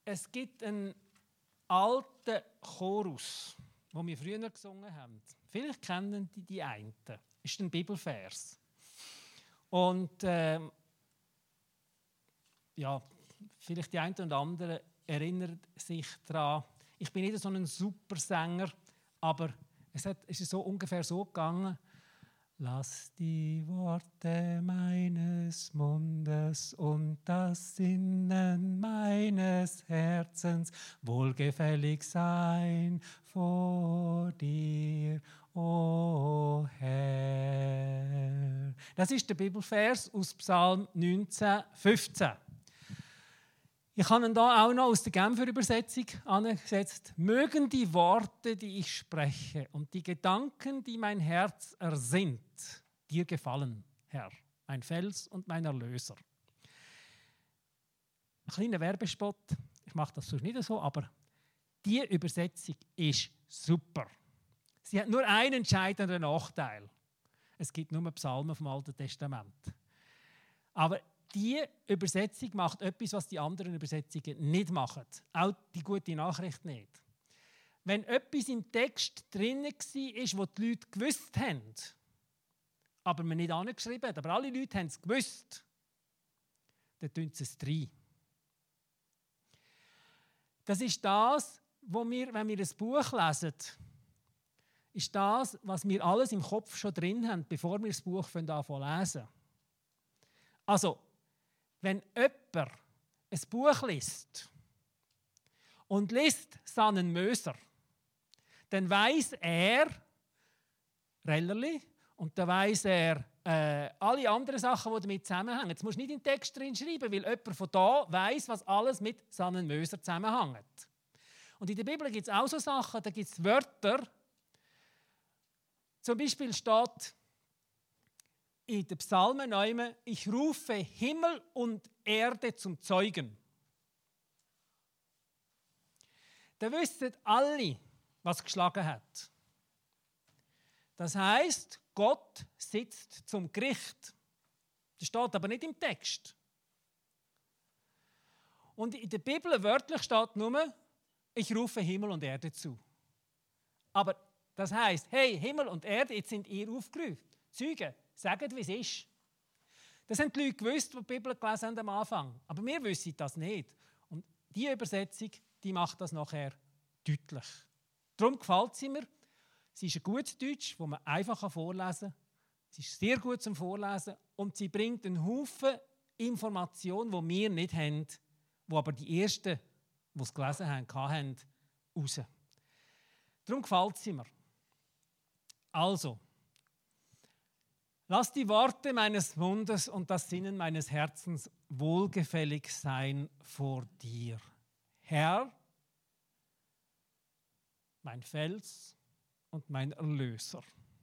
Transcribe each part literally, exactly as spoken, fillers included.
Es gibt einen alten Chorus, den wir früher gesungen haben. Vielleicht kennen die die einen. Das ist ein Bibelvers. Und ähm, ja, vielleicht die einen oder anderen erinnern sich daran. Ich bin nicht so ein Supersänger, aber es, hat, es ist so ungefähr so gegangen. Lass die Worte meines Mundes und das Sinnen meines Herzens wohlgefällig sein vor dir, o Herr. Das ist der Bibelvers aus Psalm neunzehn, fünfzehn. Ich habe ihn da auch noch aus der Genfer Übersetzung angesetzt. Mögen die Worte, die ich spreche und die Gedanken, die mein Herz ersinnt, dir gefallen, Herr, mein Fels und mein Erlöser. Ein kleiner Werbespot, ich mache das sonst nicht so, aber die Übersetzung ist super. Sie hat nur einen entscheidenden Nachteil. Es gibt nur Psalmen vom Alten Testament. Aber die Übersetzung macht etwas, was die anderen Übersetzungen nicht machen. Auch die gute Nachricht nicht. Wenn etwas im Text drin war, was die Leute gewusst haben, aber man nicht angeschrieben hat, aber alle Leute haben es gewusst, dann tun sie es rein. Das ist das, was wir, wenn wir ein Buch lesen, ist das, was wir alles im Kopf schon drin haben, bevor wir das Buch anfangen zu lesen. Also, wenn jemand ein Buch liest und liest Sannen Möser, dann weiss er Rellerli und dann weiss er äh, alle anderen Sachen, die damit zusammenhängen. Jetzt musst du nicht in den Text drin schreiben, weil jemand von da weiss, was alles mit Sannen Möser zusammenhängt. Und in der Bibel gibt es auch so Sachen, da gibt es Wörter. Zum Beispiel steht in den Psalmen neume, ich rufe Himmel und Erde zum Zeugen. Da wissen alle, was geschlagen hat. Das heisst, Gott sitzt zum Gericht. Das steht aber nicht im Text. Und in der Bibel wörtlich steht nur, ich rufe Himmel und Erde zu. Aber das heisst, hey, Himmel und Erde, jetzt sind ihr aufgerufen. Zeugen. Sagt, wie es ist. Das haben die Leute gewusst, die die Bibel gelesen haben am Anfang. Aber wir wissen das nicht. Und diese Übersetzung, die macht das nachher deutlich. Darum gefällt sie mir. Sie ist ein gutes Deutsch, das man einfach vorlesen kann. Sie ist sehr gut zum Vorlesen und sie bringt einen Haufen Informationen, die wir nicht haben, die aber die Ersten, die es gelesen haben, hatten, raus. Darum gefällt sie mir. Also, lass die Worte meines Mundes und das Sinnen meines Herzens wohlgefällig sein vor dir. Herr, mein Fels und mein Erlöser.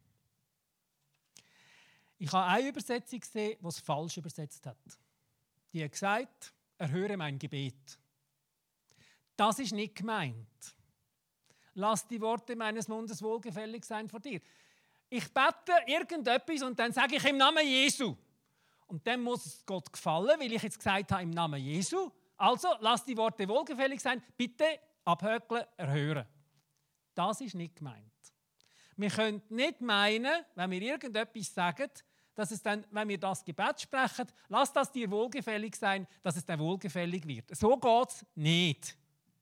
Ich habe eine Übersetzung gesehen, die es falsch übersetzt hat. Die hat gesagt, erhöre mein Gebet. Das ist nicht gemeint. Lass die Worte meines Mundes wohlgefällig sein vor dir. Ich bete irgendetwas und dann sage ich im Namen Jesu. Und dann muss es Gott gefallen, weil ich jetzt gesagt habe im Namen Jesu. Also, lass die Worte wohlgefällig sein. Bitte abhökeln, erhören. Das ist nicht gemeint. Wir können nicht meinen, wenn wir irgendetwas sagen, dass es dann, wenn wir das Gebet sprechen, lass das dir wohlgefällig sein, dass es dann wohlgefällig wird. So geht es nicht.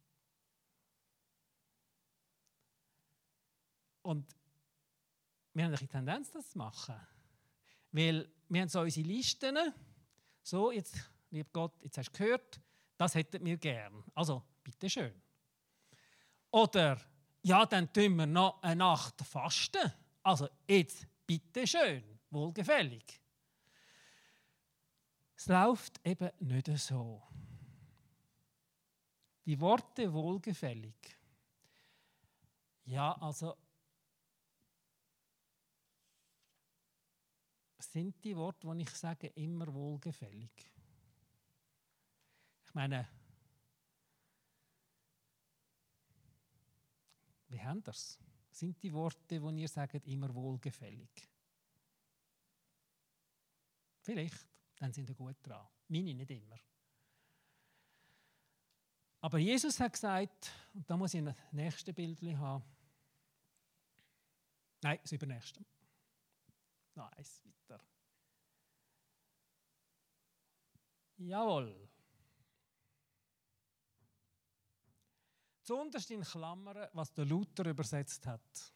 Und wir haben eine Tendenz, das zu machen. Weil wir haben so unsere Listen. So, jetzt, lieber Gott, jetzt hast du gehört, das hätten wir gern. Also, bitteschön. Oder, ja, dann tun wir noch eine Nacht fasten. Also, jetzt, bitteschön, wohlgefällig. Es läuft eben nicht so. Die Worte wohlgefällig. Ja, also, sind die Worte, die ich sage, immer wohlgefällig? Ich meine, wie haben das? Sind die Worte, die ihr sagt, immer wohlgefällig? Vielleicht, dann sind ihr gut dran. Meine nicht immer. Aber Jesus hat gesagt, und da muss ich ein nächstes Bild haben. Nein, das übernächste. Noch eins weiter. Jawohl. Zuunterst in Klammern, was der Luther übersetzt hat.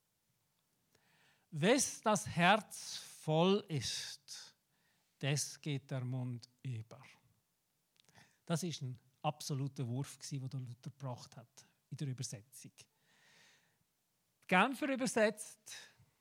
Wes das Herz voll ist, des geht der Mund über. Das ist ein absoluter Wurf, den der Luther gebracht hat in der Übersetzung. Die Genfer übersetzt: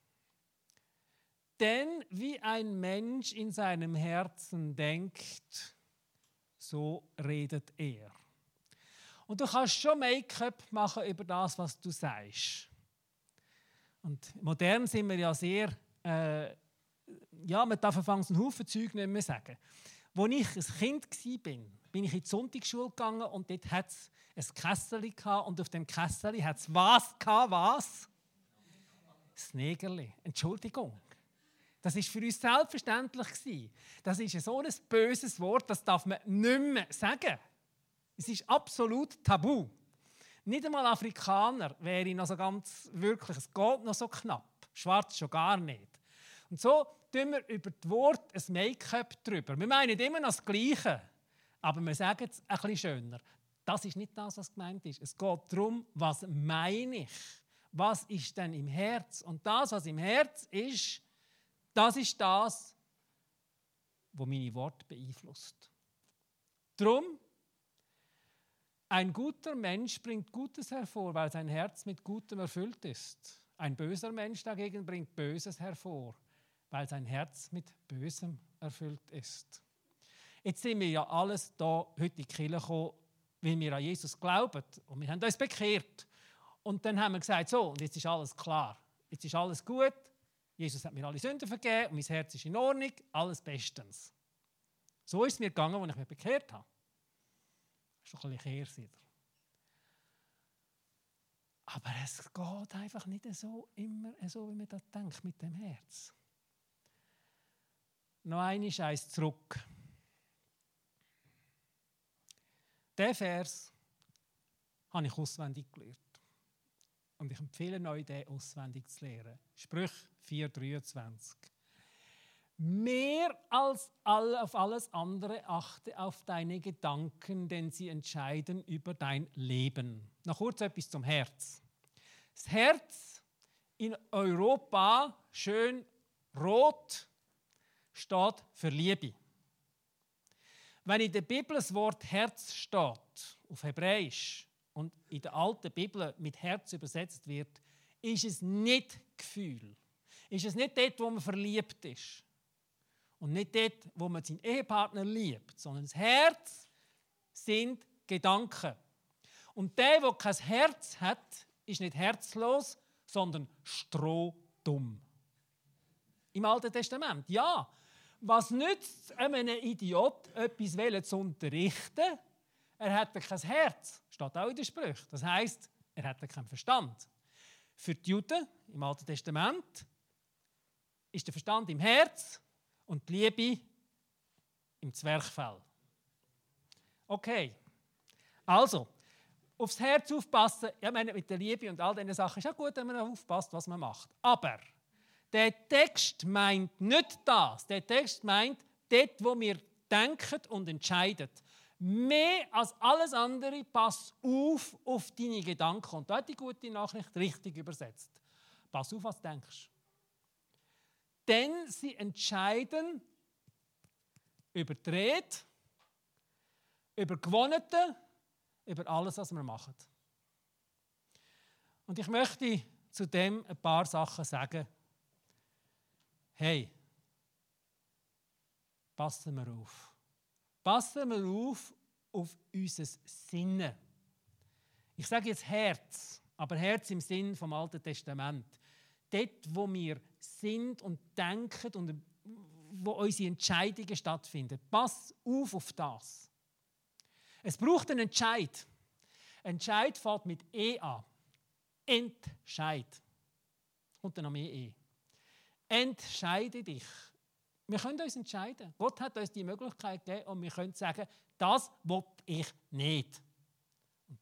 Denn wie ein Mensch in seinem Herzen denkt, so redet er. Und du kannst schon Make-up machen über das, was du sagst. Und modern sind wir ja sehr, äh, ja, man darf anfangen, einen Haufen Zeug nicht mehr sagen. Als ich ein Kind war, bin ich in die Sonntagsschule gegangen und dort hatte es ein Kässeli und auf dem Kässeli hat es was gehabt, was? Das Negerli. Entschuldigung. Das war für uns selbstverständlich. Das ist so ein böses Wort, das darf man nicht mehr sagen. Es ist absolut tabu. Nicht einmal Afrikaner wäre noch so ganz wirklich, es geht noch so knapp. Schwarz schon gar nicht. Und so tun wir über das Wort ein Make-up drüber. Wir meinen immer noch das Gleiche, aber wir sagen es ein bisschen schöner. Das ist nicht das, was gemeint ist. Es geht darum, was meine ich? Was ist denn im Herz? Und das, was im Herz ist, das ist das, was meine Worte beeinflusst. Darum, ein guter Mensch bringt Gutes hervor, weil sein Herz mit Gutem erfüllt ist. Ein böser Mensch dagegen bringt Böses hervor, weil sein Herz mit Bösem erfüllt ist. Jetzt sind wir ja alles da heute in die Kirche gekommen, weil wir an Jesus glauben. Und wir haben uns bekehrt. Und dann haben wir gesagt, so, und jetzt ist alles klar. Jetzt ist alles gut. Jesus hat mir alle Sünden vergeben und mein Herz ist in Ordnung. Alles bestens. So ist es mir gegangen, als ich mich bekehrt habe. Das ist doch ein bisschen Kehrsider. Aber es geht einfach nicht so immer so, wie man das denkt, mit dem Herz. Noch eine Scheiß zurück. Diesen Vers habe ich auswendig gelernt. Und ich empfehle euch, den auswendig zu lernen. Sprüche vier dreiundzwanzig. Mehr als auf alles andere achte auf deine Gedanken, denn sie entscheiden über dein Leben. Noch kurz etwas zum Herz. Das Herz in Europa, schön rot, steht für Liebe. Wenn in der Bibel das Wort Herz steht, auf Hebräisch, und in der alten Bibel mit Herz übersetzt wird, ist es nicht Gefühl. Ist es nicht dort, wo man verliebt ist. Und nicht dort, wo man seinen Ehepartner liebt, sondern das Herz sind Gedanken. Und der, der kein Herz hat, ist nicht herzlos, sondern strohdumm. Im Alten Testament, ja. Was nützt es einem Idiot, etwas zu unterrichten? Er hat kein Herz. Steht auch in den Sprüchen. Das heisst, er hat keinen Verstand. Für die Juden im Alten Testament ist der Verstand im Herz und die Liebe im Zwerchfell. Okay, also, aufs Herz aufpassen. Ich meine, mit der Liebe und all diesen Sachen ist auch gut, wenn man aufpasst, was man macht. Aber der Text meint nicht das. Der Text meint, dort, wo wir denken und entscheiden. Mehr als alles andere, pass auf auf deine Gedanken. Und da hat die gute Nachricht richtig übersetzt. Pass auf, was du denkst. Denn sie entscheiden über die Rede, über Gewohnheiten, über alles, was wir machen. Und ich möchte zu dem ein paar Sachen sagen. Hey, passen wir auf. Passen wir auf auf unser Sinnen. Ich sage jetzt Herz, aber Herz im Sinn vom Alten Testament. Dort, wo wir sind und denken und wo unsere Entscheidungen stattfinden. Pass auf auf das. Es braucht einen Entscheid. Entscheid fängt mit E an. Entscheid. Und dann noch mehr E. Entscheide dich. Wir können uns entscheiden. Gott hat uns die Möglichkeit gegeben und wir können sagen, das will ich nicht.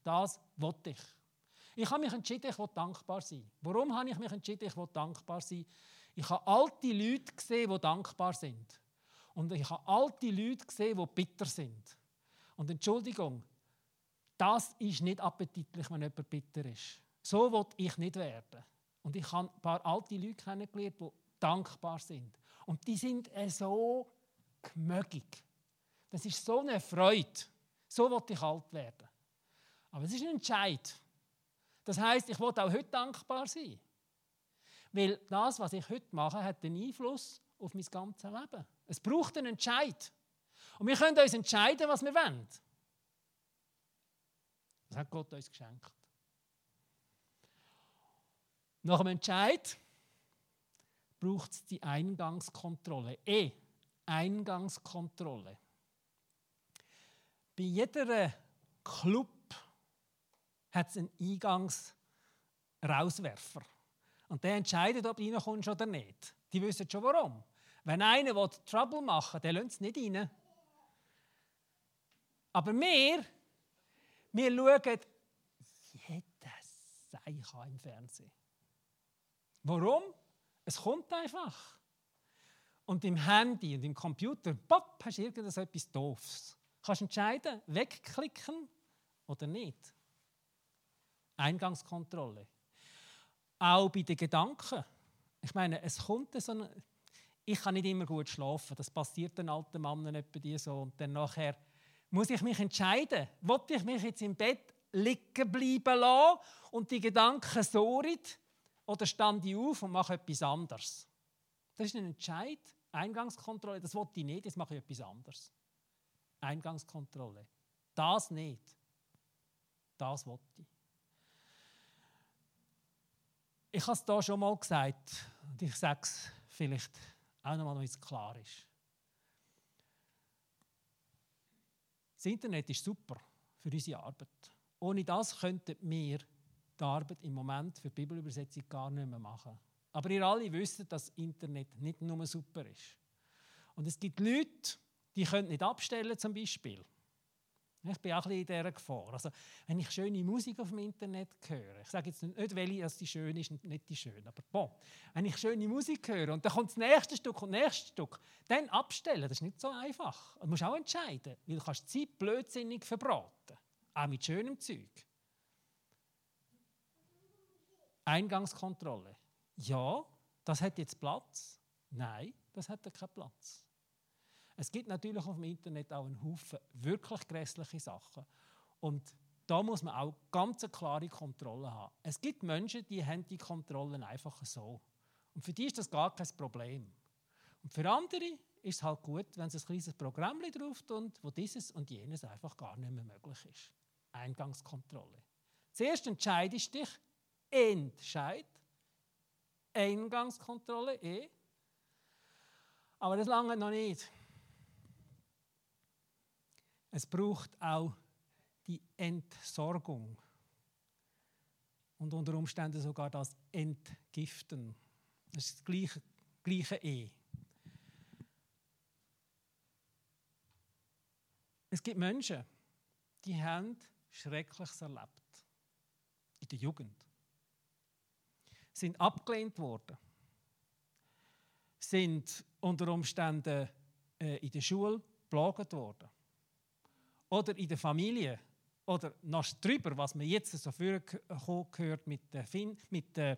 das wollte ich. Ich habe mich entschieden, ich will dankbar sein. Warum habe ich mich entschieden, ich will dankbar sein? Ich habe alte Leute gesehen, die dankbar sind. Und ich habe alte Leute gesehen, die bitter sind. Und Entschuldigung, das ist nicht appetitlich, wenn jemand bitter ist. So will ich nicht werden. Und ich habe ein paar alte Leute kennengelernt, die dankbar sind. Und die sind so gemögig. Das ist so eine Freude. So will ich alt werden. Aber es ist ein Entscheid. Das heisst, ich will auch heute dankbar sein. Weil das, was ich heute mache, hat einen Einfluss auf mein ganzes Leben. Es braucht einen Entscheid. Und wir können uns entscheiden, was wir wollen. Das hat Gott uns geschenkt. Nach dem Entscheid braucht es die Eingangskontrolle. E. Eingangskontrolle. Bei jeder Club hat es einen Eingangs-Rauswerfer. Und der entscheidet, ob du reinkommst oder nicht. Die wissen schon warum. Wenn einer Trouble machen will, der lässt es nicht rein. Aber wir, wir schauen jedes Seich im Fernsehen. Warum? Es kommt einfach. Und im Handy und im Computer, pop, hast du irgendetwas Doofes. Du kannst entscheiden, wegklicken oder nicht. Eingangskontrolle. Auch bei den Gedanken. Ich meine, es kommt so eine... Ich kann nicht immer gut schlafen. Das passiert den alten Männern etwa die so. Und dann nachher muss ich mich entscheiden. Will ich mich jetzt im Bett liegen bleiben lassen und die Gedanken sohren? Oder stand ich auf und mache etwas anderes? Das ist ein Entscheid. Eingangskontrolle, das will ich nicht, jetzt mache ich etwas anderes. Eingangskontrolle. Das nicht. Das will ich. Ich habe es hier schon mal gesagt und ich sage es vielleicht auch noch mal, damit es klar ist. Das Internet ist super für unsere Arbeit. Ohne das könnten wir die Arbeit im Moment für die Bibelübersetzung gar nicht mehr machen. Aber ihr alle wisst, dass das Internet nicht nur super ist. Und es gibt Leute, die können nicht abstellen zum Beispiel. Ich bin auch ein bisschen in dieser Gefahr. Also, wenn ich schöne Musik auf dem Internet höre, ich sage jetzt nicht, welche dass die schön ist, nicht die schön, aber bon, wenn ich schöne Musik höre und dann kommt das nächste Stück und das nächste Stück, dann abstellen, das ist nicht so einfach. Du musst auch entscheiden, weil du kannst die Zeit blödsinnig verbraten, auch mit schönem Zeug. Eingangskontrolle. Ja, das hat jetzt Platz. Nein, das hat keinen Platz. Es gibt natürlich auf dem Internet auch einen Haufen wirklich grässliche Sachen. Und da muss man auch ganz eine klare Kontrolle haben. Es gibt Menschen, die haben die Kontrollen einfach so. Und für die ist das gar kein Problem. Und für andere ist es halt gut, wenn sie ein kleines Programm drauf tun, wo dieses und jenes einfach gar nicht mehr möglich ist. Eingangskontrolle. Zuerst entscheidest du dich, Entscheid, Eingangskontrolle, eh. Aber das lange noch nicht. Es braucht auch die Entsorgung und unter Umständen sogar das Entgiften. Das ist das gleiche, gleiche E. Es gibt Menschen, die haben Schreckliches erlebt. In der Jugend. Sind abgelehnt worden. Sind unter Umständen äh, in der Schule geplagt worden. Oder in der Familie. Oder noch drüber, was man jetzt so gehört mit den fin- mit den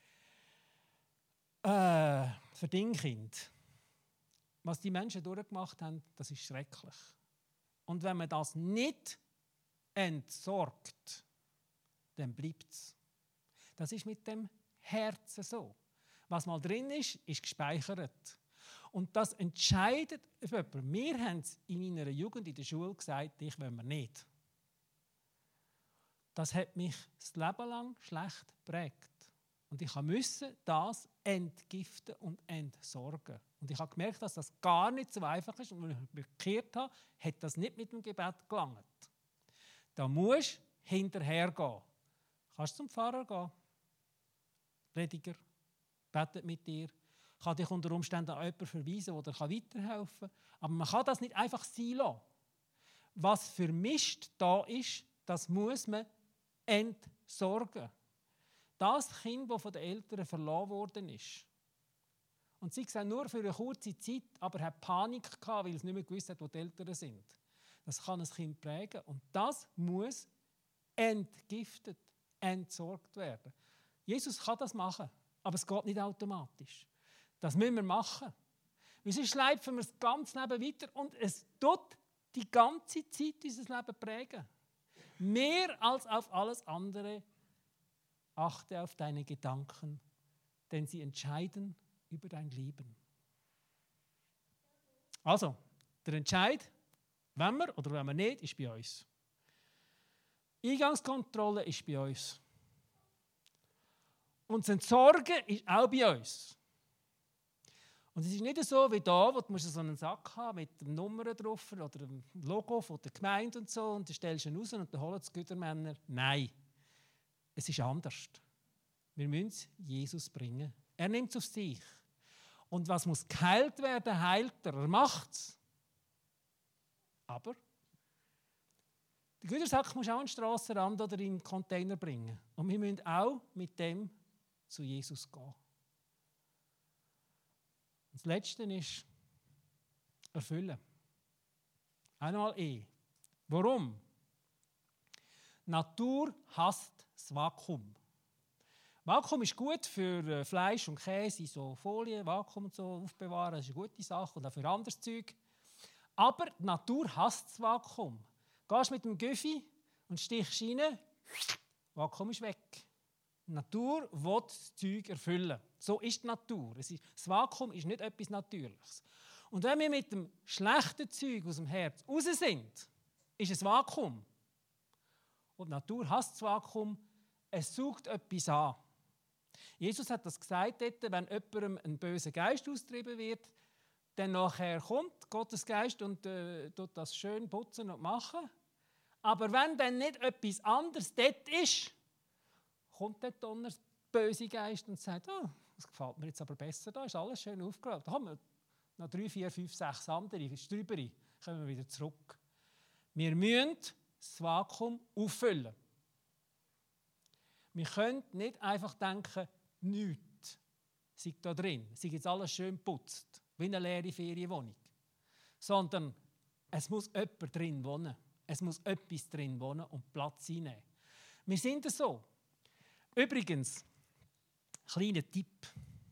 äh, Verdingkind. Was die Menschen durchgemacht haben, das ist schrecklich. Und wenn man das nicht entsorgt, dann bleibt es. Das ist mit dem Herzen so. Was mal drin ist, ist gespeichert. Und das entscheidet jemand. Wir haben es in meiner Jugend in der Schule gesagt, ich will mir nicht. Das hat mich das Leben lang schlecht geprägt. Und ich musste das entgiften und entsorgen. Und ich habe gemerkt, dass das gar nicht so einfach ist. Und wenn ich mich bekehrt habe, hat das nicht mit dem Gebet gelangt. Da musst du hinterher gehen. Kannst du zum Pfarrer gehen? Prediger, betet mit dir. Kann dich unter Umständen an jemanden verweisen, der dir weiterhelfen kann. Aber man kann das nicht einfach sein lassen. Was vermischt da ist, das muss man entsorgen. Das Kind, das von den Eltern verloren worden ist. Und sie sehen nur für eine kurze Zeit, aber hat Panik gehabt, weil es nicht mehr gewusst hat, wo die Eltern sind. Das kann ein Kind prägen. Und das muss entgiftet, entsorgt werden. Jesus kann das machen, aber es geht nicht automatisch. Das müssen wir machen. Weil sonst schleifen wir das ganze Leben weiter und es tut die ganze Zeit unser Leben prägen. Mehr als auf alles andere achte auf deine Gedanken, denn sie entscheiden über dein Leben. Also, der Entscheid, wenn wir oder wenn wir nicht, ist bei uns. Eingangskontrolle ist bei uns. Und das Entsorgen ist auch bei uns. Und es ist nicht so wie da, wo du so einen Sack haben mit der Nummer drauf oder dem Logo von der Gemeinde und so und dann stellst du ihn raus und dann holen die Gütermänner. Nein, es ist anders. Wir müssen Jesus bringen. Er nimmt es auf sich. Und was muss geheilt werden, heilt er. Er macht es. Aber den Gütersack musst du auch an den Strassenrand oder in den Container bringen. Und wir müssen auch mit dem zu Jesus gehen. Das Letzte ist erfüllen. Einmal E. Warum? Natur hasst das Vakuum. Vakuum ist gut für Fleisch und Käse, so Folie, Vakuum und so aufbewahren, das ist eine gute Sache und auch für anderes Zeug. Aber die Natur hasst das Vakuum. Gehst mit dem Güffi und stichst rein, Vakuum ist weg. Die Natur will das Zeug erfüllen. So ist die Natur. Es ist, das Vakuum ist nicht etwas Natürliches. Und wenn wir mit dem schlechten Zeug aus dem Herz raus sind, ist es Vakuum. Und die Natur hasst das Vakuum, es sucht etwas an. Jesus hat das gesagt, wenn jemandem ein böser Geist austrieben wird, dann nachher kommt Gottes Geist und äh, tut das schön putzen und machen. Aber wenn dann nicht etwas anderes dort ist, kommt der Donner, der böse Geist und sagt, oh, das gefällt mir jetzt aber besser, da ist alles schön aufgeräumt. Da haben wir noch drei, vier, fünf, sechs andere Strüberi, kommen wir wieder zurück. Wir müssen das Vakuum auffüllen. Wir können nicht einfach denken, nichts sei da drin, sei jetzt alles schön geputzt, wie eine leere Ferienwohnung. Sondern es muss jemand drin wohnen. Es muss etwas drin wohnen und Platz einnehmen. Wir sind so. Übrigens, kleiner Tipp.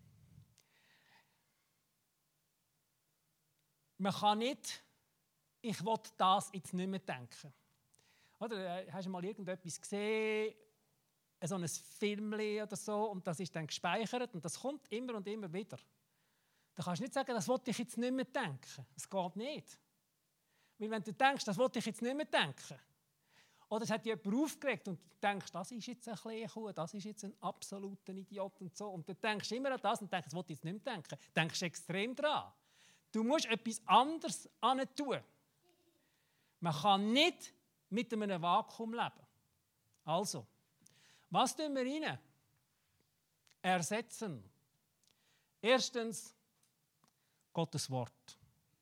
Man kann nicht, ich will das jetzt nicht mehr denken. Oder, hast du mal irgendetwas gesehen, so ein Filmchen oder so, und das ist dann gespeichert und das kommt immer und immer wieder. Da kannst du nicht sagen, das will ich jetzt nicht mehr denken. Das geht nicht. Weil wenn du denkst, das will ich jetzt nicht mehr denken, oder es hat dich jemand aufgeregt und du denkst, das ist jetzt ein Kleinkuh, das ist jetzt ein absoluter Idiot und so, und du denkst immer an das und denkst, das will ich jetzt nicht mehr denken, du denkst extrem dran. Du musst etwas anderes tun. Man kann nicht mit einem Vakuum leben. Also, was tun wir rein? Ersetzen. Erstens, Gottes Wort.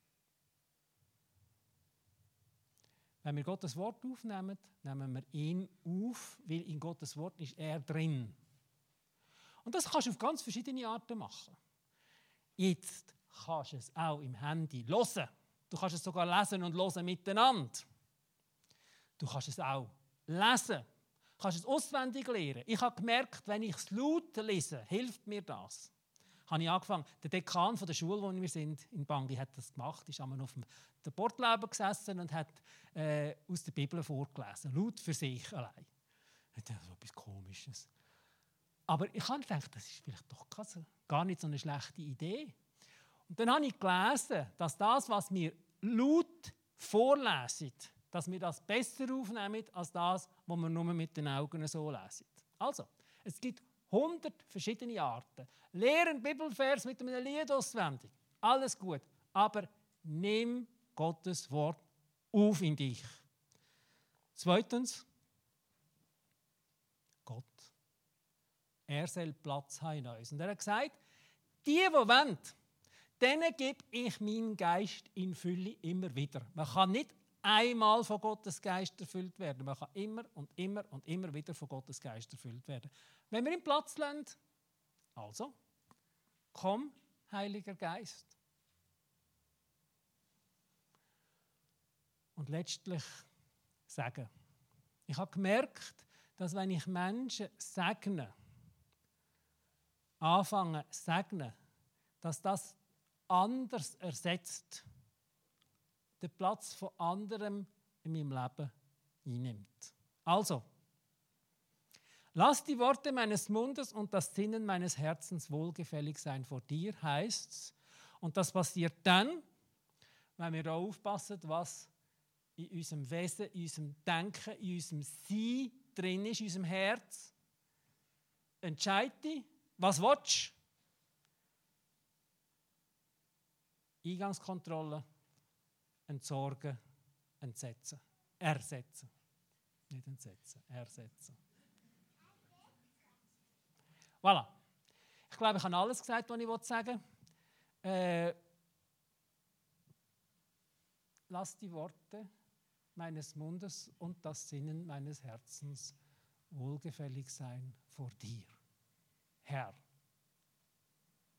Wenn wir Gottes Wort aufnehmen, nehmen wir ihn auf, weil in Gottes Wort ist er drin. Und das kannst du auf ganz verschiedene Arten machen. Jetzt kannst du es auch im Handy hören. Du kannst es sogar lesen und hören miteinander. Du kannst es auch lesen. Du kannst es auswendig lernen. Ich habe gemerkt, wenn ich es laut lese, hilft mir das. Habe ich angefangen. Der Dekan von der Schule, wo wir sind, in Bangui, hat das gemacht. Er ist einmal auf dem Bordlauben gesessen und hat äh, aus der Bibel vorgelesen. Laut für sich allein. Das ist so etwas Komisches. Aber ich habe gedacht, das ist vielleicht doch gar nicht so eine schlechte Idee. Und dann habe ich gelesen, dass das, was wir laut vorlesen, dass wir das besser aufnehmen, als das, was wir nur mit den Augen so lesen. Also, es gibt hundert verschiedene Arten. Lehren Bibelvers mit einem Lied auswendig. Alles gut. Aber nimm Gottes Wort auf in dich. Zweitens, Gott. Er soll Platz haben in uns. Und er hat gesagt, die, die wollen, denen gebe ich meinen Geist in Fülle immer wieder. Man kann nicht einmal von Gottes Geist erfüllt werden. Man kann immer und immer und immer wieder von Gottes Geist erfüllt werden. Wenn wir ihm Platz lassen, also, komm, Heiliger Geist. Und letztlich sagen. Ich habe gemerkt, dass wenn ich Menschen segne, anfange segnen, dass das anders ersetzt, den Platz von anderem in meinem Leben einnimmt. Also, lass die Worte meines Mundes und das Sinnen meines Herzens wohlgefällig sein vor dir, heißt es. Und das passiert dann, wenn wir auch aufpassen, was in unserem Wesen, in unserem Denken, in unserem Sein drin ist, in unserem Herz. Entscheide, was willst du? Eingangskontrolle, entsorgen, entsetzen. Ersetzen. Nicht entsetzen, ersetzen. Voilà. Ich glaube, ich habe alles gesagt, was ich sagen wollte. Äh, lass die Worte meines Mundes und das Sinnen meines Herzens wohlgefällig sein vor dir, Herr.